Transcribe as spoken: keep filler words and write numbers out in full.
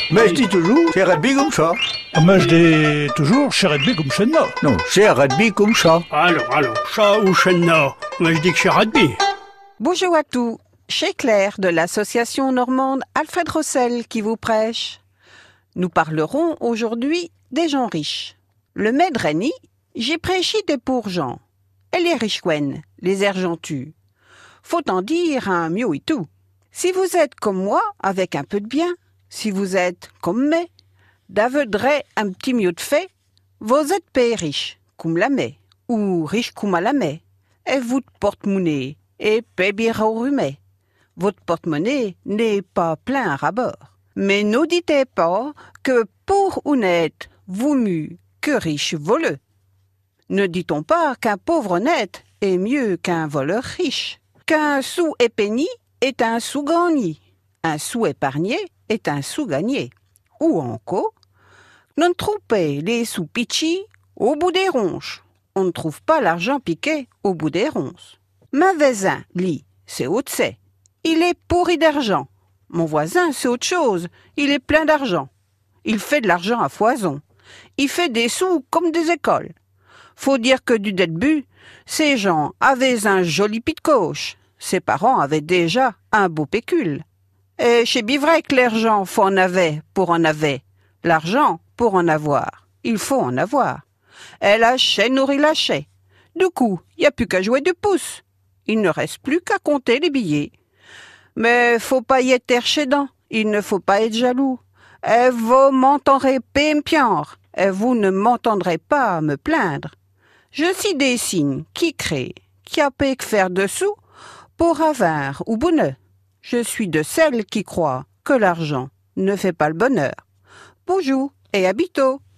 Mais je dis toujours, c'est rugby comme ça. Mais je dis toujours, chez rugby comme chez nous. Non, c'est rugby comme ça. Alors, alors, chat ou chenna? Moi, je dis que c'est rugby. Bonjour à tous. Chez Claire de l'association normande Alfred Rossel qui vous prêche. Nous parlerons aujourd'hui des gens riches. Le maître Rennie, j'ai prêché des pour gens. Et les richouennes, les argentus. Faut en dire un mieux et tout. Si vous êtes comme moi, avec un peu de bien, si vous êtes comme moi, d'aveudrait un petit mieux de fait, vous êtes payé riche, comme la met, ou riche comme à la met, et vous porte-monnaie, et payez au rumet. Votre porte-monnaie n'est pas plein à rabord. Mais ne dites pas que pour honnête, vaut mieux que riche voleux. Ne dit-on pas qu'un pauvre honnête est mieux qu'un voleur riche, qu'un sou épeignit est un sou gagné, un sou épargné est un sou gagné, ou encore, ne trompez les sous pitchis au bout des ronces. On ne trouve pas l'argent piqué au bout des ronces. Ma voisin, lui, c'est autre c'est. Il est pourri d'argent. Mon voisin, c'est autre chose. Il est plein d'argent. Il fait de l'argent à foison. Il fait des sous comme des écoles. Faut dire que du début, ces gens avaient un joli pit de coche. Ses parents avaient déjà un beau pécule. Et chez Bivrec, l'argent, faut en avait pour en avait. L'argent, pour en avoir, il faut en avoir. Elle hachait, nourrit lâchait. Du coup, il n'y a plus qu'à jouer du pouce. Il ne reste plus qu'à compter les billets. Mais faut pas y être chédant, il ne faut pas être jaloux. Et vous m'entendrez pémpiendre, et vous ne m'entendrez pas me plaindre. Je suis des signes qui créent, qui a pas que faire dessous pour avoir ou bonheur. Je suis de celles qui croient que l'argent ne fait pas le bonheur. Bonjour et à bientôt.